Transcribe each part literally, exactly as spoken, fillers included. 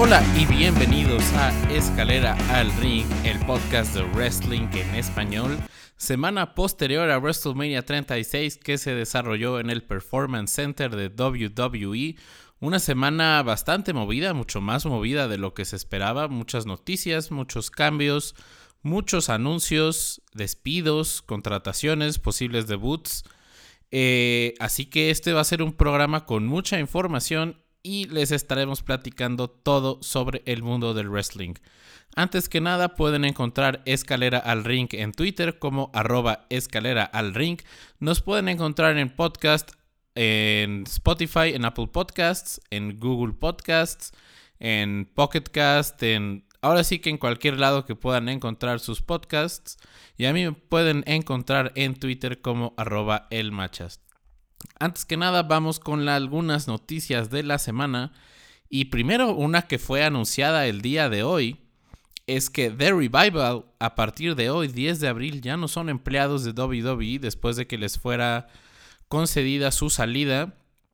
Hola y bienvenidos a Escalera al Ring, el podcast de wrestling en español, semana posterior a WrestleMania treinta y seis que se desarrolló en el Performance Center de W W E. Una semana bastante movida, mucho más movida de lo que se esperaba, muchas noticias, muchos cambios, muchos anuncios, despidos, contrataciones, posibles debuts. Eh, así que este va a ser un programa con mucha información y les estaremos platicando todo sobre el mundo del wrestling. Antes que nada, pueden encontrar Escalera al Ring en Twitter como arroba escalera al ring. Nos pueden encontrar en podcast, en Spotify, en Apple Podcasts, en Google Podcasts, en Pocket Cast, en... ahora sí que en cualquier lado que puedan encontrar sus podcasts. Y a mí me pueden encontrar en Twitter como arroba elmachas. Antes que nada, vamos con la, algunas noticias de la semana. Y primero, una que fue anunciada el día de hoy es que The Revival, a partir de hoy, diez de abril, ya no son empleados de W W E después de que les fuera concedida su salida.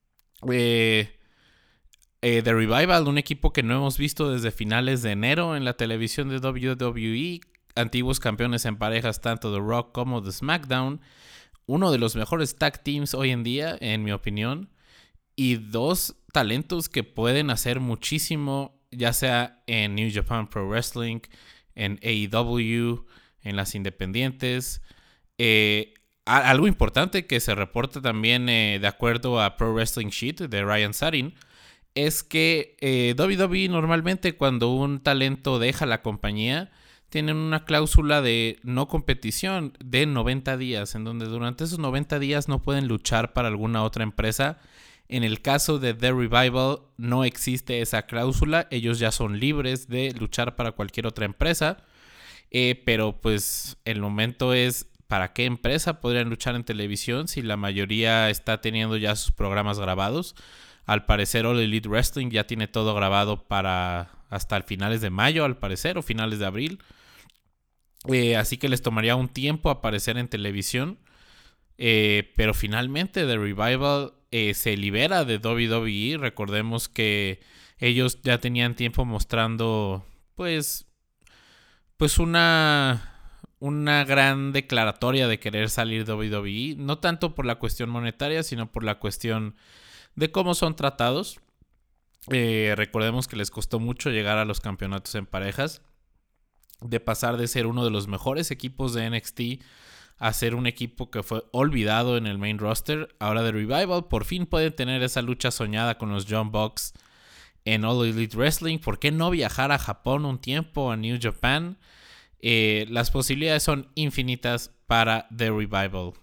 Eh, eh, The Revival, un equipo que no hemos visto desde finales de enero en la televisión de W W E. Antiguos campeones en parejas tanto de Raw como de SmackDown. Uno de los mejores tag teams hoy en día, en mi opinión. Y dos talentos que pueden hacer muchísimo, ya sea en New Japan Pro Wrestling, en A E W, en las independientes. Eh, algo importante que se reporta también eh, de acuerdo a Pro Wrestling Sheet de Ryan Satin es que eh, W W E normalmente cuando un talento deja la compañía tienen una cláusula de no competición de noventa días, en donde durante esos noventa días no pueden luchar para alguna otra empresa. En el caso de The Revival no existe esa cláusula, ellos ya son libres de luchar para cualquier otra empresa, eh, pero pues el momento es ¿para qué empresa podrían luchar en televisión si la mayoría está teniendo ya sus programas grabados? Al parecer All Elite Wrestling ya tiene todo grabado para hasta el finales de mayo, al parecer, o finales de abril. Eh, así que les tomaría un tiempo aparecer en televisión. Eh, pero finalmente The Revival eh, se libera de W W E. Recordemos que ellos ya tenían tiempo mostrando pues, pues una, una gran declaratoria de querer salir de W W E. No tanto por la cuestión monetaria, sino por la cuestión de cómo son tratados. Eh, recordemos que les costó mucho llegar a los campeonatos en parejas. De pasar de ser uno de los mejores equipos de N X T a ser un equipo que fue olvidado en el main roster. Ahora The Revival por fin puede tener esa lucha soñada con los Young Bucks en All Elite Wrestling. ¿Por qué no viajar a Japón un tiempo, a New Japan? Eh, las posibilidades son infinitas para The Revival.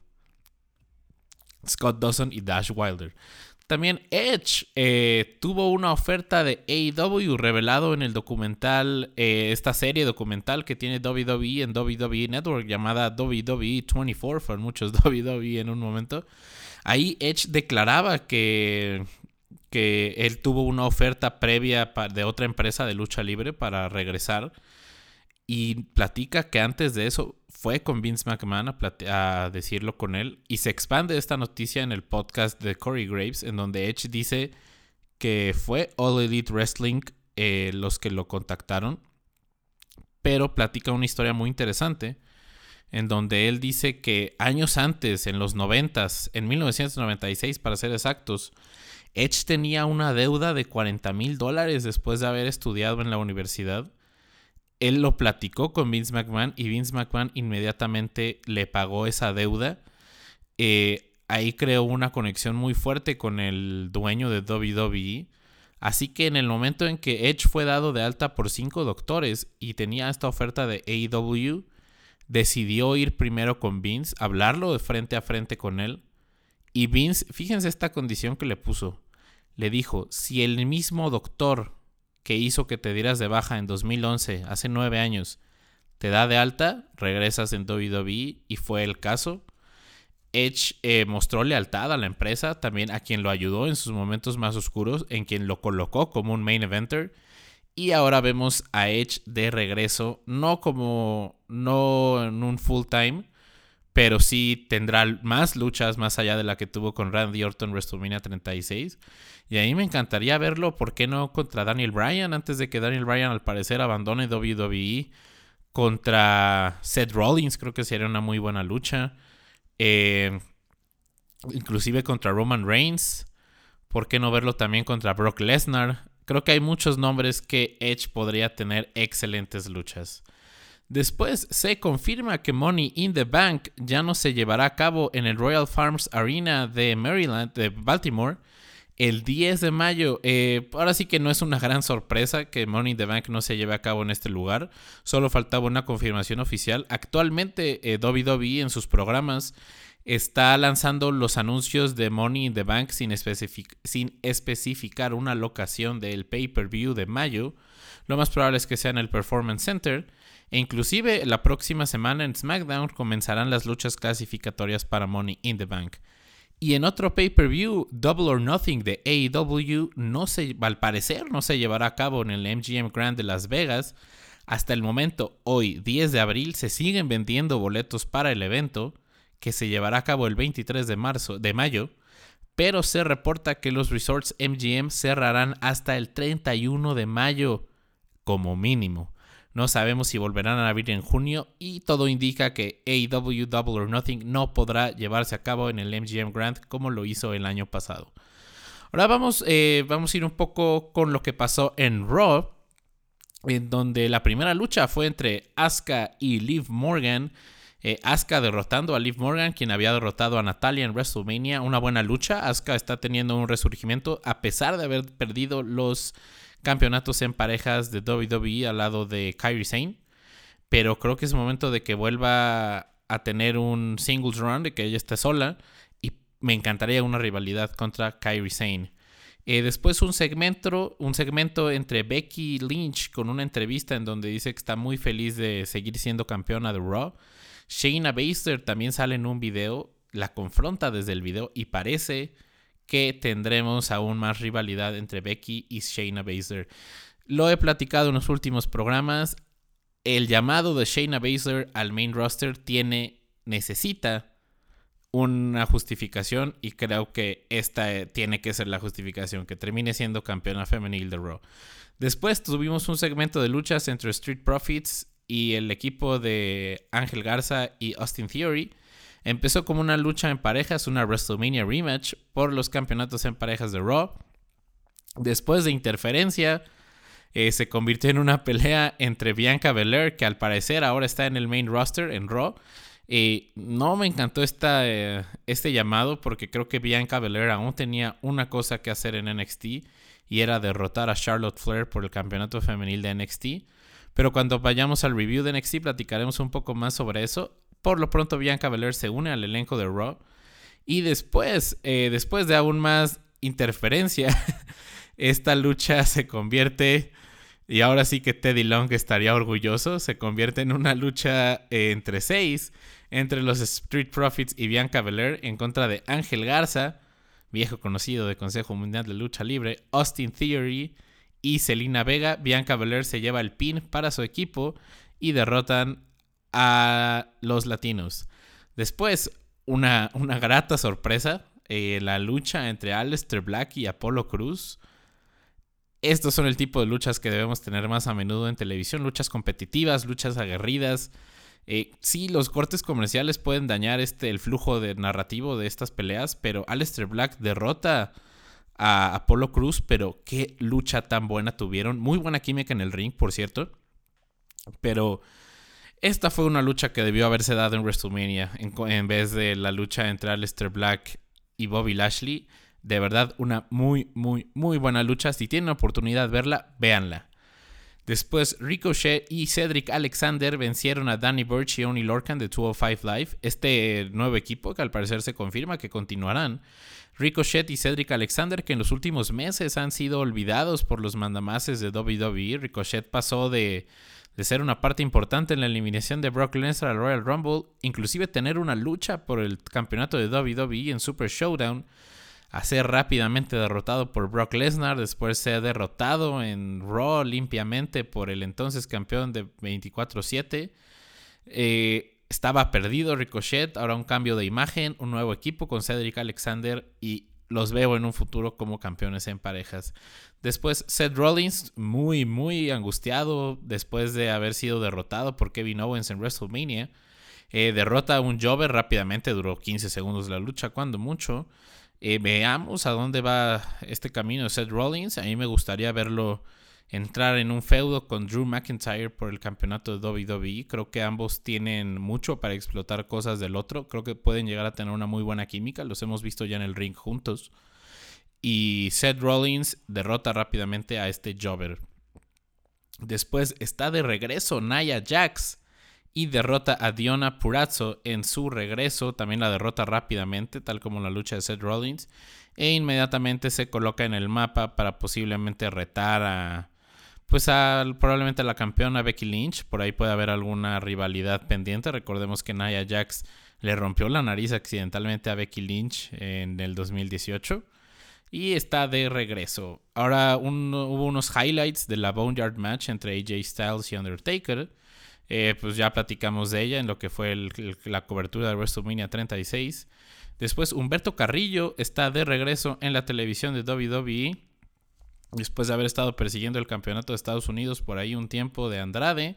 Scott Dawson y Dash Wilder. También Edge eh, tuvo una oferta de A E W revelado en el documental, eh, esta serie documental que tiene W W E en W W E Network llamada W W E veinticuatro, fueron muchos W W E en un momento. Ahí Edge declaraba que, que él tuvo una oferta previa de otra empresa de lucha libre para regresar. Y platica que antes de eso fue con Vince McMahon a, plate- a decirlo con él. Y se expande esta noticia en el podcast de Corey Graves, en donde Edge dice que fue All Elite Wrestling eh, los que lo contactaron. Pero platica una historia muy interesante, en donde él dice que años antes, en los noventas, en mil novecientos noventa y seis para ser exactos, Edge tenía una deuda de cuarenta mil dólares después de haber estudiado en la universidad. Él lo platicó con Vince McMahon y Vince McMahon inmediatamente le pagó esa deuda. Eh, ahí creó una conexión muy fuerte con el dueño de W W E. Así que en el momento en que Edge fue dado de alta por cinco doctores y tenía esta oferta de A E W, decidió ir primero con Vince, hablarlo de frente a frente con él. Y Vince, fíjense esta condición que le puso. Le dijo, si el mismo doctor que hizo que te dieras de baja en dos mil once, hace nueve años, te da de alta, regresas en W W E, y fue el caso. Edge eh, mostró lealtad a la empresa, también a quien lo ayudó en sus momentos más oscuros, en quien lo colocó como un main eventer. Y ahora vemos a Edge de regreso, no como, no en un full time, pero sí tendrá más luchas más allá de la que tuvo con Randy Orton en WrestleMania treinta y seis. Y ahí me encantaría verlo, ¿por qué no contra Daniel Bryan? Antes de que Daniel Bryan al parecer abandone W W E. Contra Seth Rollins creo que sería una muy buena lucha. Eh, inclusive contra Roman Reigns. ¿Por qué no verlo también contra Brock Lesnar? Creo que hay muchos nombres que Edge podría tener excelentes luchas. Después se confirma que Money in the Bank ya no se llevará a cabo en el Royal Farms Arena de Maryland, de Baltimore, el diez de mayo. Eh, ahora sí que no es una gran sorpresa que Money in the Bank no se lleve a cabo en este lugar. Solo faltaba una confirmación oficial. Actualmente eh, W W E en sus programas está lanzando los anuncios de Money in the Bank sin, especific- sin especificar una locación del pay-per-view de mayo. Lo más probable es que sea en el Performance Center. E inclusive la próxima semana en SmackDown comenzarán las luchas clasificatorias para Money in the Bank. Y en otro pay-per-view, Double or Nothing de A E W, no se, al parecer no se llevará a cabo en el M G M Grand de Las Vegas. Hasta el momento, hoy, diez de abril, se siguen vendiendo boletos para el evento, que se llevará a cabo el veintitrés de marzo, de mayo, pero se reporta que los resorts M G M cerrarán hasta el treinta y uno de mayo, como mínimo. No sabemos si volverán a abrir en junio y todo indica que A E W Double or Nothing no podrá llevarse a cabo en el M G M Grand como lo hizo el año pasado. Ahora vamos, eh, vamos a ir un poco con lo que pasó en Raw, en donde la primera lucha fue entre Asuka y Liv Morgan. Eh, Asuka derrotando a Liv Morgan, quien había derrotado a Natalya en WrestleMania. Una buena lucha. Asuka está teniendo un resurgimiento a pesar de haber perdido los campeonatos en parejas de W W E al lado de Kairi Sane, pero creo que es momento de que vuelva a tener un singles run, de que ella esté sola, y me encantaría una rivalidad contra Kairi Sane. Eh, después un segmento, un segmento entre Becky Lynch con una entrevista en donde dice que está muy feliz de seguir siendo campeona de Raw. Shayna Baszler también sale en un video, la confronta desde el video y parece que tendremos aún más rivalidad entre Becky y Shayna Baszler. Lo he platicado en los últimos programas. El llamado de Shayna Baszler al main roster tiene, necesita una justificación y creo que esta tiene que ser la justificación, que termine siendo campeona femenil de Raw. Después tuvimos un segmento de luchas entre Street Profits y el equipo de Ángel Garza y Austin Theory. Empezó como una lucha en parejas, una WrestleMania rematch por los campeonatos en parejas de Raw. Después de interferencia, eh, se convirtió en una pelea entre Bianca Belair, que al parecer ahora está en el main roster en Raw. Eh, no me encantó esta, eh, este llamado porque creo que Bianca Belair aún tenía una cosa que hacer en N X T y era derrotar a Charlotte Flair por el campeonato femenil de N X T. Pero cuando vayamos al review de N X T platicaremos un poco más sobre eso. Por lo pronto Bianca Belair se une al elenco de Raw. Y después, eh, después de aún más interferencia, esta lucha se convierte, y ahora sí que Teddy Long estaría orgulloso, se convierte en una lucha eh, entre seis, entre los Street Profits y Bianca Belair en contra de Ángel Garza, viejo conocido del Consejo Mundial de Lucha Libre, Austin Theory y Zelina Vega. Bianca Belair se lleva el pin para su equipo y derrotan a los latinos. Después, una, una grata sorpresa, eh, la lucha entre Aleister Black y Apollo Crews. Estos son el tipo de luchas que debemos tener más a menudo en televisión, luchas competitivas, luchas aguerridas. Eh, sí, los cortes comerciales pueden dañar este, el flujo de narrativo de estas peleas, pero Aleister Black derrota a Apollo Crews, pero qué lucha tan buena tuvieron. Muy buena química en el ring, por cierto. Pero esta fue una lucha que debió haberse dado en WrestleMania en, en vez de la lucha entre Aleister Black y Bobby Lashley. De verdad, una muy, muy, muy buena lucha. Si tienen la oportunidad de verla, véanla. Después, Ricochet y Cedric Alexander vencieron a Danny Burch y Oney Lorcan de dos cero cinco Live. Este nuevo equipo que al parecer se confirma que continuarán. Ricochet y Cedric Alexander, que en los últimos meses han sido olvidados por los mandamases de W W E. Ricochet pasó de, de ser una parte importante en la eliminación de Brock Lesnar al Royal Rumble, inclusive tener una lucha por el campeonato de W W E en Super Showdown, a ser rápidamente derrotado por Brock Lesnar, después ser derrotado en Raw limpiamente por el entonces campeón de veinticuatro siete. Eh, estaba perdido Ricochet, ahora un cambio de imagen, un nuevo equipo con Cedric Alexander y los veo en un futuro como campeones en parejas. Después Seth Rollins, muy muy angustiado después de haber sido derrotado por Kevin Owens en WrestleMania. Eh, derrota a un Jobber rápidamente, duró quince segundos la lucha, cuando mucho. Eh, veamos a dónde va este camino de Seth Rollins. A mí me gustaría verlo entrar en un feudo con Drew McIntyre por el campeonato de W W E. Creo que ambos tienen mucho para explotar cosas del otro. Creo que pueden llegar a tener una muy buena química. Los hemos visto ya en el ring juntos. Y Seth Rollins derrota rápidamente a este Jobber. Después está de regreso Nia Jax y derrota a Deonna Purrazzo en su regreso. También la derrota rápidamente, tal como la lucha de Seth Rollins. E inmediatamente se coloca en el mapa para posiblemente retar a, pues a probablemente a la campeona Becky Lynch. Por ahí puede haber alguna rivalidad pendiente. Recordemos que Nia Jax le rompió la nariz accidentalmente a Becky Lynch en el dos mil dieciocho. Y está de regreso. Ahora un, hubo unos highlights de la Boneyard Match entre A J Styles y Undertaker. Eh, pues ya platicamos de ella en lo que fue el, el, la cobertura de WrestleMania treinta y seis. Después Humberto Carrillo está de regreso en la televisión de W W E. Después de haber estado persiguiendo el campeonato de Estados Unidos por ahí un tiempo de Andrade.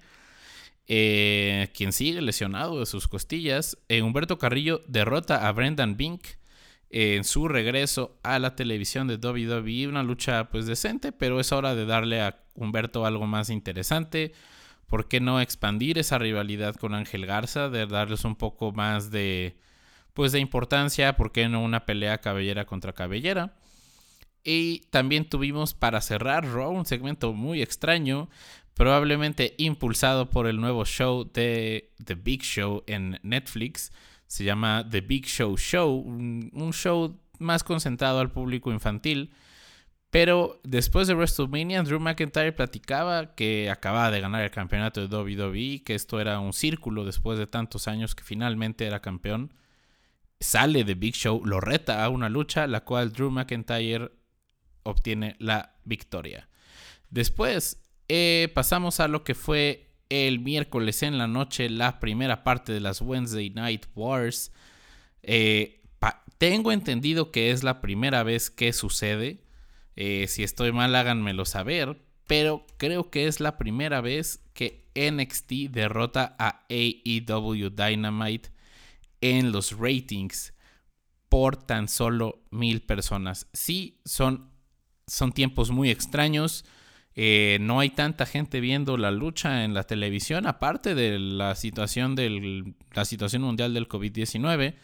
Eh, quien sigue lesionado de sus costillas. Eh, Humberto Carrillo derrota a Brendan Bink eh, en su regreso a la televisión de W W E. Una lucha pues decente, pero es hora de darle a Humberto algo más interesante. ¿Por qué no expandir esa rivalidad con Ángel Garza? De darles un poco más de, pues de importancia. ¿Por qué no una pelea cabellera contra cabellera? Y también tuvimos para cerrar Raw un segmento muy extraño, probablemente impulsado por el nuevo show de The Big Show en Netflix. Se llama The Big Show Show, un, un show más concentrado al público infantil. Pero después de WrestleMania, Drew McIntyre platicaba que acababa de ganar el campeonato de W W E, que esto era un círculo después de tantos años que finalmente era campeón. Sale de Big Show, lo reta a una lucha, la cual Drew McIntyre obtiene la victoria. Después eh, pasamos a lo que fue el miércoles en la noche, la primera parte de las Wednesday Night Wars. Eh, pa- tengo entendido que es la primera vez que sucede. Eh, si estoy mal, háganmelo saber. Pero creo que es la primera vez que N X T derrota a A E W Dynamite en los ratings por tan solo mil personas. Sí, son, son tiempos muy extraños. Eh, no hay tanta gente viendo la lucha en la televisión, aparte de la situación, del, la situación mundial del covid diecinueve.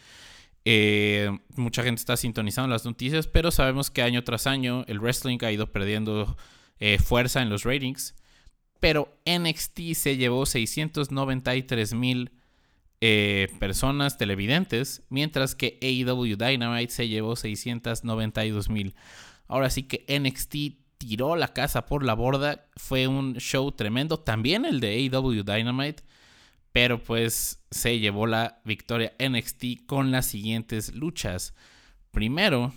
Eh, mucha gente está sintonizando las noticias, pero sabemos que año tras año el wrestling ha ido perdiendo eh, fuerza en los ratings. Pero N X T se llevó seiscientos noventa y tres mil eh, personas televidentes, mientras que A E W Dynamite se llevó seiscientos noventa y dos mil. Ahora sí que N X T tiró la casa por la borda. Fue un show tremendo, también el de A E W Dynamite. Pero pues se llevó la victoria N X T con las siguientes luchas. Primero,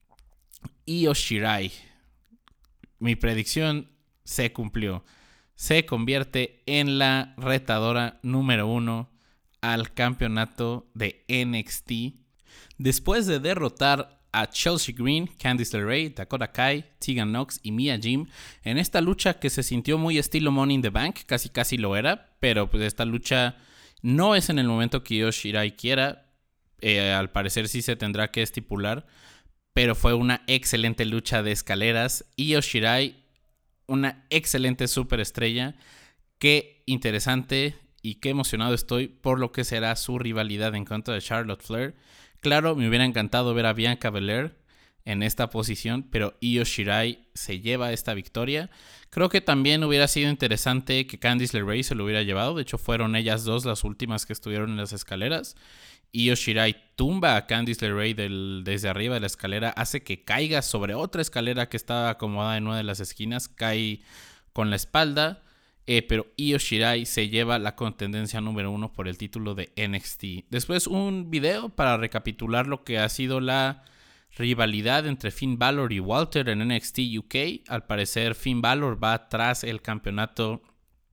Io Shirai. Mi predicción se cumplió. Se convierte en la retadora número uno al campeonato de N X T. Después de derrotar a Chelsea Green, Candice LeRae, Dakota Kai, Tegan Nox y Mia Jim en esta lucha que se sintió muy estilo Money in the Bank, casi casi lo era, pero pues esta lucha no es en el momento que Io Shirai quiera. Eh, al parecer sí se tendrá que estipular, pero fue una excelente lucha de escaleras. Io Shirai, una excelente superestrella. Qué interesante y qué emocionado estoy por lo que será su rivalidad en contra de Charlotte Flair. Claro, me hubiera encantado ver a Bianca Belair en esta posición, pero Io Shirai se lleva esta victoria. Creo que también hubiera sido interesante que Candice LeRae se lo hubiera llevado. De hecho, fueron ellas dos las últimas que estuvieron en las escaleras. Io Shirai tumba a Candice LeRae del, desde arriba de la escalera, hace que caiga sobre otra escalera que estaba acomodada en una de las esquinas, cae con la espalda. Eh, pero Io Shirai se lleva la contendencia número uno por el título de N X T. Después un video para recapitular lo que ha sido la rivalidad entre Finn Balor y Walter en N X T U K. Al parecer Finn Balor va tras el campeonato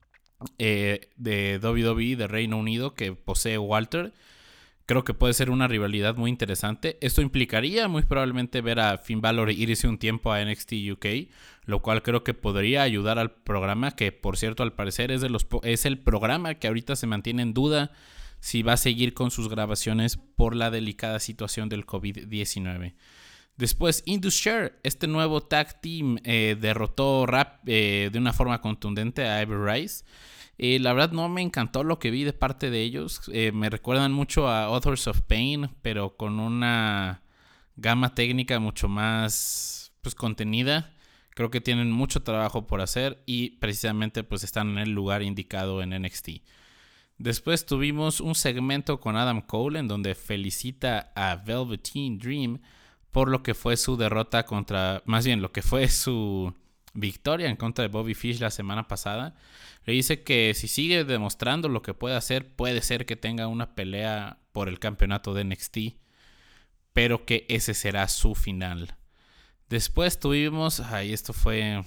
eh, de W W E de Reino Unido que posee Walter. Creo que puede ser una rivalidad muy interesante. Esto implicaría muy probablemente ver a Finn Balor irse un tiempo a N X T U K, lo cual creo que podría ayudar al programa, que por cierto al parecer es, de los, es el programa que ahorita se mantiene en duda si va a seguir con sus grabaciones por la delicada situación del covid diecinueve. Después, Indus Sher, este nuevo tag team, eh, derrotó rap, eh, de una forma contundente a Ivy Rice. Eh, la verdad no me encantó lo que vi de parte de ellos. Eh, me recuerdan mucho a Authors of Pain, pero con una gama técnica mucho más pues, contenida. Creo que tienen mucho trabajo por hacer y precisamente pues, están en el lugar indicado en N X T. Después tuvimos un segmento con Adam Cole en donde felicita a Velveteen Dream por lo que fue su derrota contra, más bien lo que fue su victoria en contra de Bobby Fish la semana pasada. Le dice que si sigue demostrando lo que puede hacer, puede ser que tenga una pelea por el campeonato de N X T, pero que ese será su final. Después tuvimos, ay, esto fue,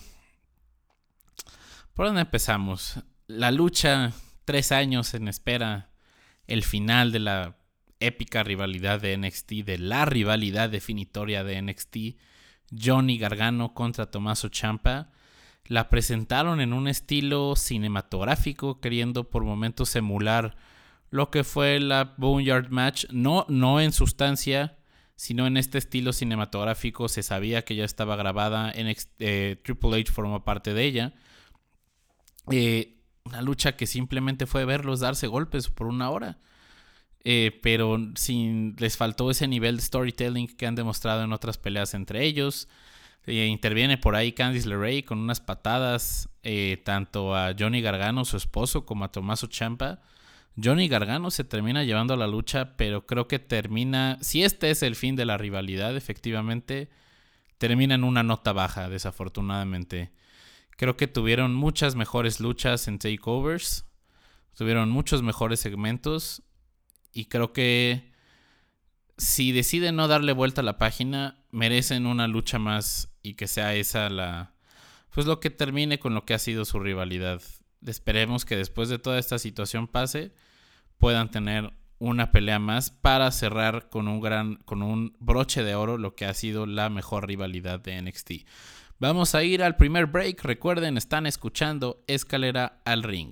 ¿por dónde empezamos? La lucha, tres años en espera, el final de la épica rivalidad de N X T, de la rivalidad definitoria de N X T, Johnny Gargano contra Tommaso Ciampa. La presentaron en un estilo cinematográfico, queriendo por momentos emular lo que fue la Boneyard Match. No, no en sustancia, sino en este estilo cinematográfico. Se sabía que ya estaba grabada, en eh, Triple H formó parte de ella. Eh, una lucha que simplemente fue verlos darse golpes por una hora. Eh, pero sin, les faltó ese nivel de storytelling que han demostrado en otras peleas entre ellos. Eh, interviene por ahí Candice LeRae con unas patadas eh, tanto a Johnny Gargano, su esposo, como a Tommaso Ciampa. Johnny Gargano se termina llevando a la lucha, pero creo que termina, si este es el fin de la rivalidad, efectivamente, termina en una nota baja, desafortunadamente. Creo que tuvieron muchas mejores luchas en takeovers, tuvieron muchos mejores segmentos, y creo que si deciden no darle vuelta a la página, merecen una lucha más y que sea esa la, pues lo que termine con lo que ha sido su rivalidad. Esperemos que después de toda esta situación pase, puedan tener una pelea más para cerrar con un gran, con un broche de oro lo que ha sido la mejor rivalidad de N X T. Vamos a ir al primer break. Recuerden, están escuchando Escalera al Ring.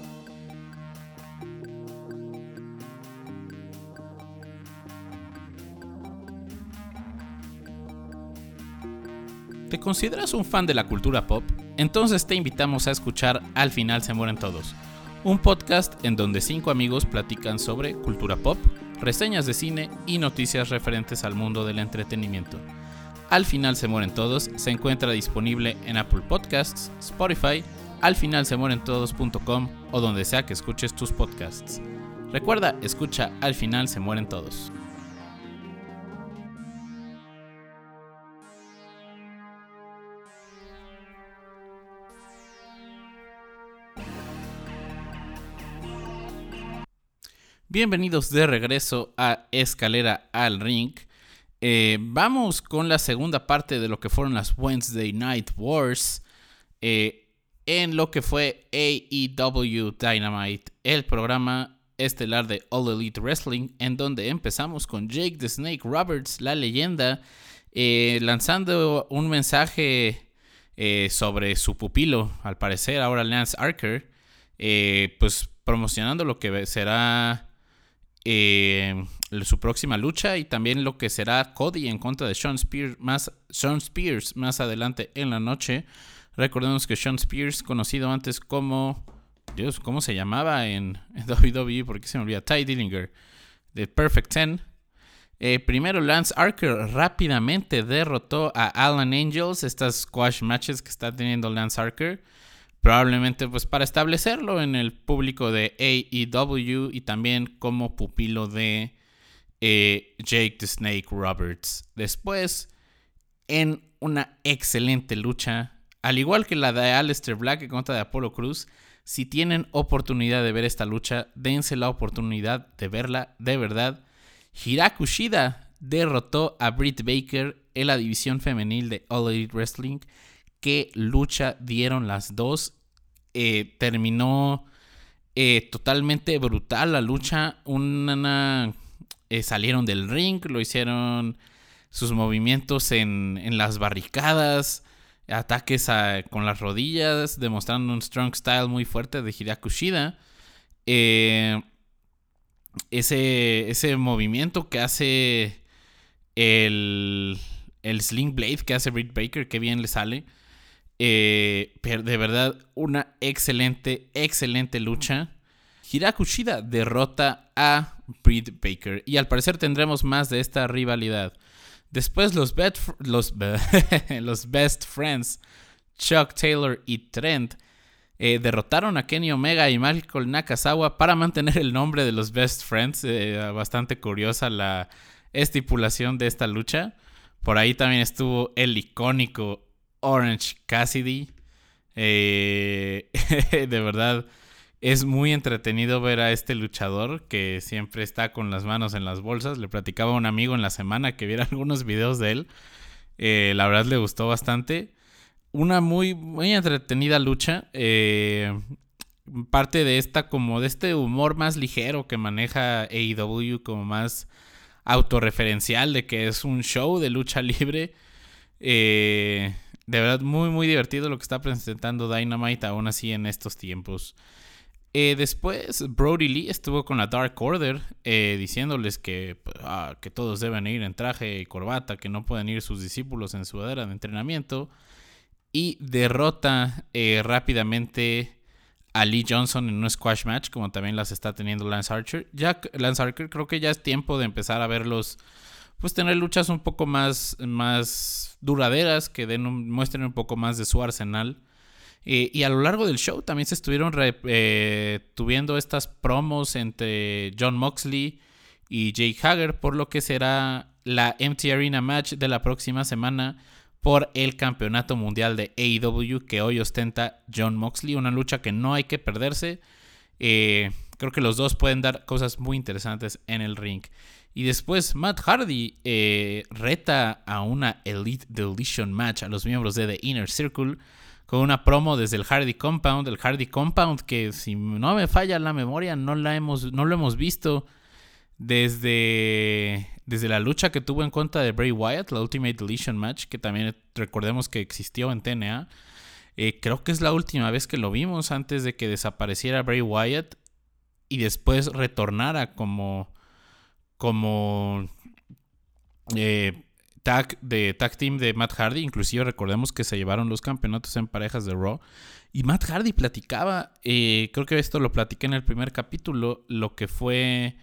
¿Te consideras un fan de la cultura pop? Entonces te invitamos a escuchar Al Final Se Mueren Todos, un podcast en donde cinco amigos platican sobre cultura pop, reseñas de cine y noticias referentes al mundo del entretenimiento. Al Final Se Mueren Todos se encuentra disponible en Apple Podcasts, Spotify, al final se mueren todos punto com o donde sea que escuches tus podcasts. Recuerda, escucha Al Final Se Mueren Todos. Bienvenidos de regreso a Escalera al Ring. Eh, vamos con la segunda parte de lo que fueron las Wednesday Night Wars eh, en lo que fue A E W Dynamite, el programa estelar de All Elite Wrestling, en donde empezamos con Jake the Snake Roberts, la leyenda, eh, lanzando un mensaje eh, sobre su pupilo, al parecer ahora Lance Archer, eh, pues promocionando lo que será Eh, su próxima lucha y también lo que será Cody en contra de Shawn Spears más, Shawn Spears más adelante en la noche. Recordemos que Shawn Spears, conocido antes como, Dios, ¿cómo se llamaba en, en W W E? Porque se me olvida, Ty Dillinger, de Perfect Ten. Eh, primero Lance Archer rápidamente derrotó a Alan Angels, estas squash matches que está teniendo Lance Archer. Probablemente pues para establecerlo en el público de A E W y también como pupilo de eh, Jake the Snake Roberts. Después, en una excelente lucha, al igual que la de Aleister Black en contra de Apollo Crews, si tienen oportunidad de ver esta lucha, dense la oportunidad de verla de verdad. Hikaru Shida derrotó a Britt Baker en la división femenil de All Elite Wrestling. Qué lucha dieron las dos. Eh, terminó Eh, totalmente brutal la lucha. Una, eh, salieron del ring, lo hicieron sus movimientos en, en las barricadas, ataques a, con las rodillas, demostrando un strong style muy fuerte de Hideaki Shida. Eh, ese, ese movimiento que hace el, el Sling Blade que hace Britt Baker, que bien le sale. Eh, pero de verdad, una excelente, excelente lucha. Hideaki Shida derrota a Britt Baker. Y al parecer tendremos más de esta rivalidad. Después los, bet, los, los Best Friends, Chuck Taylor y Trent, eh, derrotaron a Kenny Omega y Michael Nakazawa para mantener el nombre de los Best Friends. Eh, bastante curiosa la estipulación de esta lucha. Por ahí también estuvo el icónico Orange Cassidy. Eh, de verdad, es muy entretenido ver a este luchador que siempre está con las manos en las bolsas. Le platicaba a un amigo en la semana que viera algunos videos de él. Eh, la verdad le gustó bastante. Una muy, muy entretenida lucha. Eh, parte de esta, como de este humor más ligero que maneja A E W, como más autorreferencial de que es un show de lucha libre. Eh, de verdad, muy, muy divertido lo que está presentando Dynamite aún así en estos tiempos. Eh, después, Brody Lee estuvo con la Dark Order eh, diciéndoles que, ah, que todos deben ir en traje y corbata, que no pueden ir sus discípulos en sudadera de entrenamiento. Y derrota eh, rápidamente a Lee Johnson en un squash match, como también las está teniendo Lance Archer. Ya Lance Archer, creo que ya es tiempo de empezar a verlos, pues tener luchas un poco más, más duraderas, que den un, muestren un poco más de su arsenal. Eh, y a lo largo del show también se estuvieron re, eh, tuviendo estas promos entre Jon Moxley y Jake Hager, por lo que será la M T Arena Match de la próxima semana por el campeonato mundial de A E W que hoy ostenta Jon Moxley. Una lucha que no hay que perderse. Eh, creo que los dos pueden dar cosas muy interesantes en el ring. Y después Matt Hardy eh, reta a una Elite Deletion Match a los miembros de The Inner Circle con una promo desde el Hardy Compound. El Hardy Compound que, si no me falla la memoria, no, la hemos, no lo hemos visto desde, desde la lucha que tuvo en contra de Bray Wyatt, la Ultimate Deletion Match, que también recordemos que existió en T N A. Eh, creo que es la última vez que lo vimos antes de que desapareciera Bray Wyatt y después retornara como, como eh, tag, de, tag team de Matt Hardy. Inclusive recordemos que se llevaron los campeonatos en parejas de Raw. Y Matt Hardy platicaba, eh, creo que esto lo platiqué en el primer capítulo, lo que fue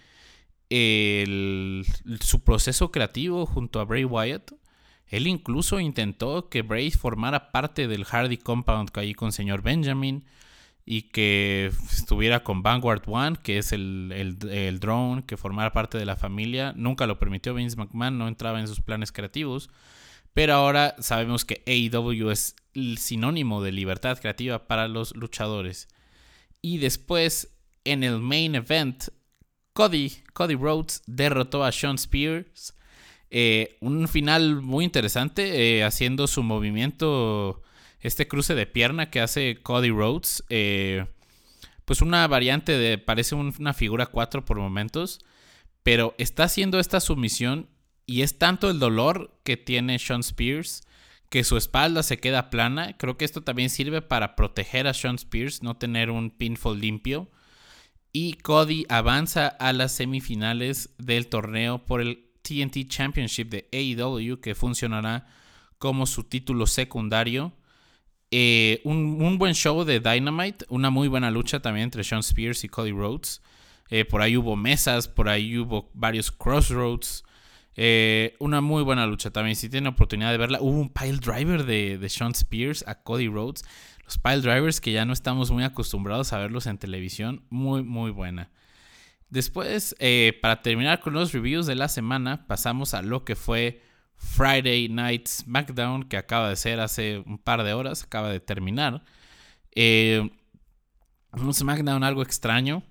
el, su proceso creativo junto a Bray Wyatt. Él incluso intentó que Bray formara parte del Hardy Compound ahí con señor Benjamin y que estuviera con Vanguard One, que es el, el, el drone, que formara parte de la familia. Nunca lo permitió Vince McMahon, no entraba en sus planes creativos. Pero ahora sabemos que A E W es el sinónimo de libertad creativa para los luchadores. Y después, en el main event, Cody, Cody Rhodes derrotó a Shawn Spears. Eh, un final muy interesante, eh, haciendo su movimiento, este cruce de pierna que hace Cody Rhodes. Eh, pues una variante de, parece un, una figura cuatro por momentos, pero está haciendo esta sumisión y es tanto el dolor que tiene Shawn Spears que su espalda se queda plana. Creo que esto también sirve para proteger a Shawn Spears, no tener un pinfall limpio. Y Cody avanza a las semifinales del torneo por el T N T Championship de A E W, que funcionará como su título secundario. Eh, un, un buen show de Dynamite, una muy buena lucha también entre Shawn Spears y Cody Rhodes. Eh, por ahí hubo mesas, por ahí hubo varios crossroads. Eh, una muy buena lucha también. Si tienen oportunidad de verla, hubo un pile driver de, de Shawn Spears a Cody Rhodes. Los pile drivers que ya no estamos muy acostumbrados a verlos en televisión. Muy, muy buena. Después, eh, para terminar con los reviews de la semana, pasamos a lo que fue Friday Night SmackDown, que acaba de ser hace un par de horas, acaba de terminar. Eh, un SmackDown algo extraño.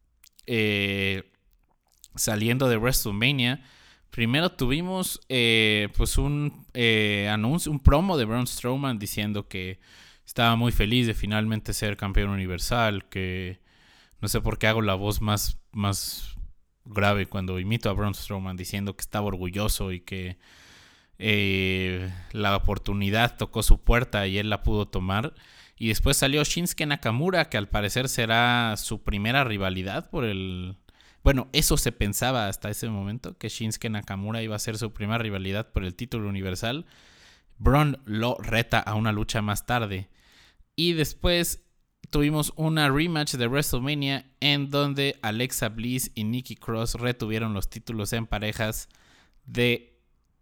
Eh, saliendo de WrestleMania, primero tuvimos eh, pues un eh, anuncio, un promo de Braun Strowman diciendo que estaba muy feliz de finalmente ser campeón universal, que No sé por qué hago la voz más, más grave cuando imito a Braun Strowman diciendo que estaba orgulloso y que eh, la oportunidad tocó su puerta y él la pudo tomar. Y después salió Shinsuke Nakamura, que al parecer será su primera rivalidad por el... Bueno, eso se pensaba hasta ese momento, que Shinsuke Nakamura iba a ser su primera rivalidad por el título universal. Braun lo reta a una lucha más tarde. Y después tuvimos una rematch de WrestleMania en donde Alexa Bliss y Nikki Cross retuvieron los títulos en parejas de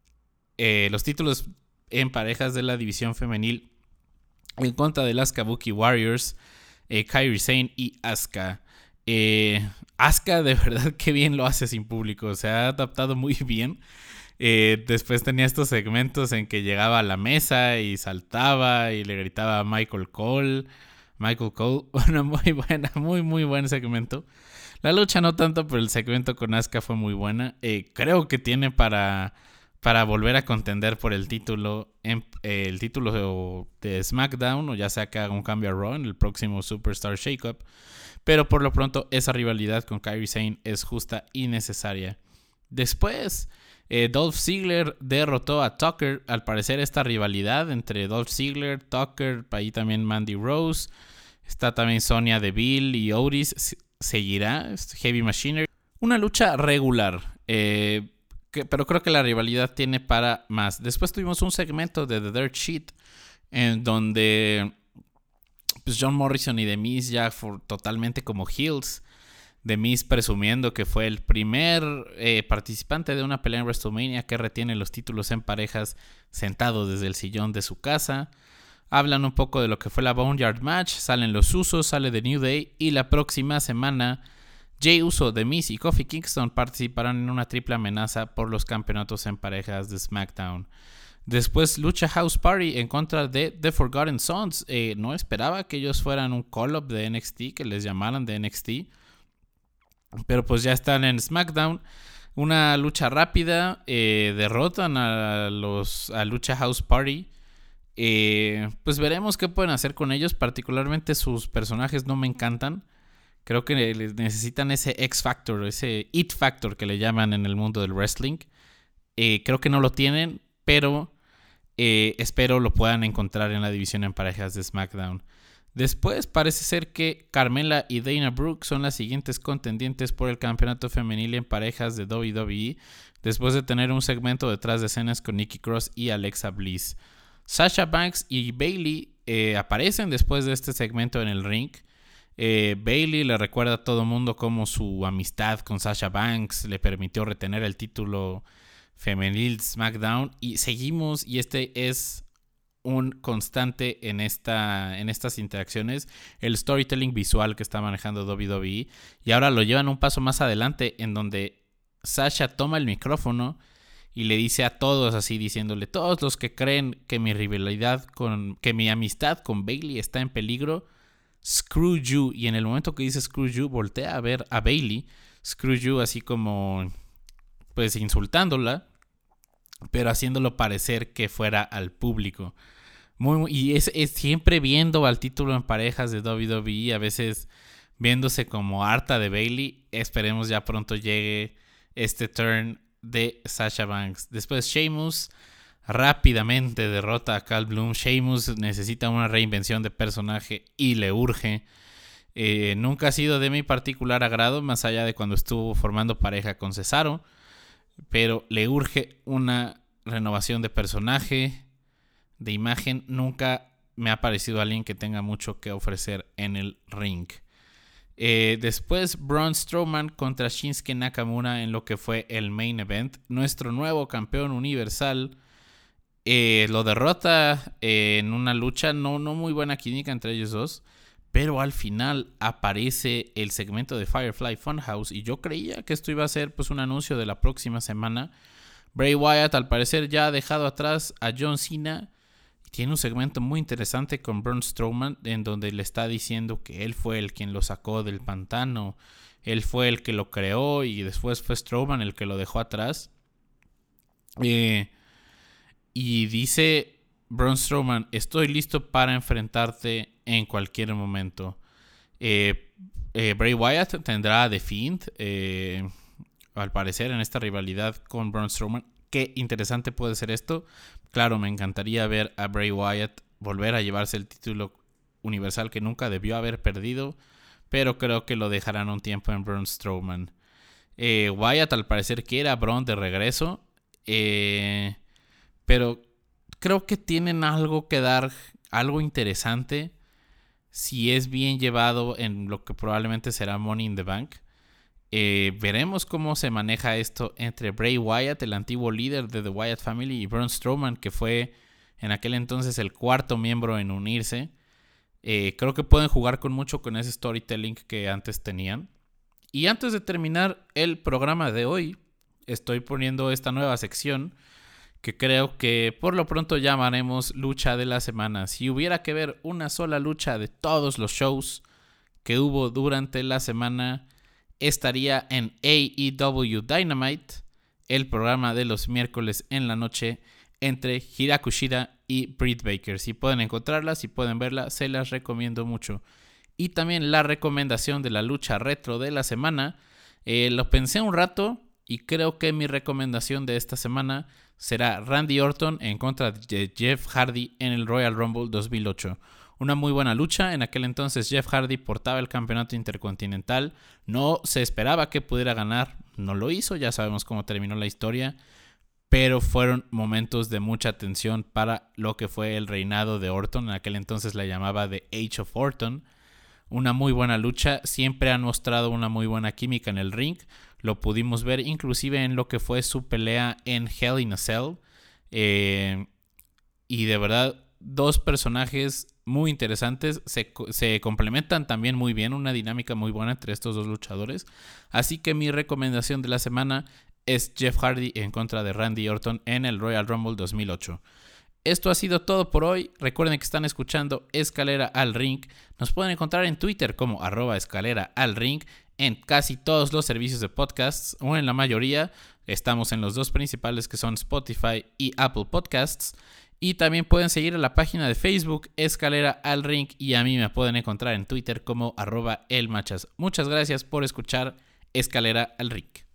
eh, los títulos en parejas de la división femenil en contra de las Kabuki Warriors, eh, Kairi Sane y Asuka. Eh, Asuka de verdad que bien lo hace sin público, se ha adaptado muy bien. Eh, después tenía estos segmentos en que llegaba a la mesa y saltaba y le gritaba a Michael Cole. Michael Cole, una muy buena, muy muy buen segmento. La lucha no tanto, pero el segmento con Asuka fue muy buena. Eh, creo que tiene para, para volver a contender por el título, en, eh, el título de SmackDown, o ya sea que haga un cambio a Raw en el próximo Superstar Shakeup. Pero por lo pronto esa rivalidad con Kairi Sane es justa y necesaria. Después, eh, Dolph Ziggler derrotó a Tucker. Al parecer esta rivalidad entre Dolph Ziggler, Tucker, ahí también Mandy Rose, está también Sonya Deville y Otis, seguirá. Heavy Machinery. Una lucha regular, eh, que, pero creo que la rivalidad tiene para más. Después tuvimos un segmento de The Dirt Sheet en donde pues John Morrison y The Miz ya for, totalmente como heels. The Miz presumiendo que fue el primer eh, participante de una pelea en WrestleMania que retiene los títulos en parejas sentado desde el sillón de su casa. Hablan un poco de lo que fue la Boneyard Match, salen los Usos, sale The New Day y la próxima semana Jey Uso, The Miz y Kofi Kingston participarán en una triple amenaza por los campeonatos en parejas de SmackDown. Después Lucha House Party en contra de The Forgotten Sons. Eh, no esperaba que ellos fueran un call-up de N X T, que les llamaran de N X T. Pero pues ya están en SmackDown. Una lucha rápida. Eh, derrotan a los a Lucha House Party. Eh, pues veremos qué pueden hacer con ellos. Particularmente sus personajes no me encantan. Creo que necesitan ese X Factor, ese It Factor que le llaman en el mundo del wrestling. Eh, creo que no lo tienen, pero eh, espero lo puedan encontrar en la división en parejas de SmackDown. Después parece ser que Carmella y Dana Brooke son las siguientes contendientes por el campeonato femenil en parejas de W W E, después de tener un segmento detrás de escenas con Nikki Cross y Alexa Bliss. Sasha Banks y Bayley eh, aparecen después de este segmento en el ring. Eh, Bayley le recuerda a todo el mundo cómo su amistad con Sasha Banks le permitió retener el título femenil SmackDown, y seguimos, y este es un constante en, esta, en estas interacciones, el storytelling visual que está manejando W W E, y ahora lo llevan un paso más adelante en donde Sasha toma el micrófono y le dice a todos así, diciéndole: todos los que creen que mi rivalidad con, que mi amistad con Bayley está en peligro, screw you. Y en el momento que dice screw you, voltea a ver a Bayley, screw you así como pues insultándola, pero haciéndolo parecer que fuera al público. Muy, muy, y es, es siempre viendo al título en parejas de W W E, a veces viéndose como harta de Bayley. Esperemos ya pronto llegue este turn de Sasha Banks. Después Sheamus rápidamente derrota a Cal Bloom. Sheamus necesita una reinvención de personaje y le urge. Eh, nunca ha sido de mi particular agrado, más allá de cuando estuvo formando pareja con Cesaro, pero le urge una renovación de personaje, de imagen. Nunca me ha parecido alguien que tenga mucho que ofrecer en el ring. Eh, después Braun Strowman contra Shinsuke Nakamura en lo que fue el main event. Nuestro nuevo campeón universal eh, lo derrota eh, en una lucha no, no muy buena química entre ellos dos, pero al final aparece el segmento de Firefly Funhouse y yo creía que esto iba a ser pues un anuncio de la próxima semana. Bray Wyatt al parecer ya ha dejado atrás a John Cena y tiene un segmento muy interesante con Braun Strowman en donde le está diciendo que él fue el quien lo sacó del pantano, él fue el que lo creó y después fue Strowman el que lo dejó atrás. Eh, y dice Braun Strowman: estoy listo para enfrentarte en cualquier momento. Eh, eh, Bray Wyatt tendrá The Fiend, eh, al parecer, en esta rivalidad con Braun Strowman. Qué interesante puede ser esto. Claro, me encantaría ver a Bray Wyatt volver a llevarse el título universal que nunca debió haber perdido, pero creo que lo dejarán un tiempo en Braun Strowman. Eh, Wyatt al parecer quiere a Braun de regreso, eh, pero creo que tienen algo que dar, algo interesante, si es bien llevado en lo que probablemente será Money in the Bank. Eh, veremos cómo se maneja esto entre Bray Wyatt, el antiguo líder de The Wyatt Family, y Braun Strowman, que fue en aquel entonces el cuarto miembro en unirse. Eh, creo que pueden jugar con mucho con ese storytelling que antes tenían. Y antes de terminar el programa de hoy, estoy poniendo esta nueva sección que creo que por lo pronto llamaremos lucha de la semana. Si hubiera que ver una sola lucha de todos los shows que hubo durante la semana, estaría en A E W Dynamite, el programa de los miércoles en la noche entre Hikaru Shida y Britt Baker. Si pueden encontrarla, si pueden verla, se las recomiendo mucho. Y también la recomendación de la lucha retro de la semana. Eh, lo pensé un rato y creo que mi recomendación de esta semana será Randy Orton en contra de Jeff Hardy en el Royal Rumble dos mil ocho. Una muy buena lucha. En aquel entonces Jeff Hardy portaba el campeonato intercontinental. No se esperaba que pudiera ganar. No lo hizo. Ya sabemos cómo terminó la historia. Pero fueron momentos de mucha tensión para lo que fue el reinado de Orton. En aquel entonces la llamaba The Age of Orton. Una muy buena lucha. Siempre han mostrado una muy buena química en el ring. Lo pudimos ver inclusive en lo que fue su pelea en Hell in a Cell. Eh, y de verdad, dos personajes muy interesantes. Se, se complementan también muy bien. Una dinámica muy buena entre estos dos luchadores. Así que mi recomendación de la semana es Jeff Hardy en contra de Randy Orton en el Royal Rumble dos mil ocho. Esto ha sido todo por hoy. Recuerden que están escuchando Escalera al Ring. Nos pueden encontrar en Twitter como arroba escalera al ring, en casi todos los servicios de podcasts, o en la mayoría. Estamos en los dos principales, que son Spotify y Apple Podcasts. Y también pueden seguir a la página de Facebook Escalera al Ring, y a mí me pueden encontrar en Twitter como arroba elmachas. Muchas gracias por escuchar Escalera al Ring.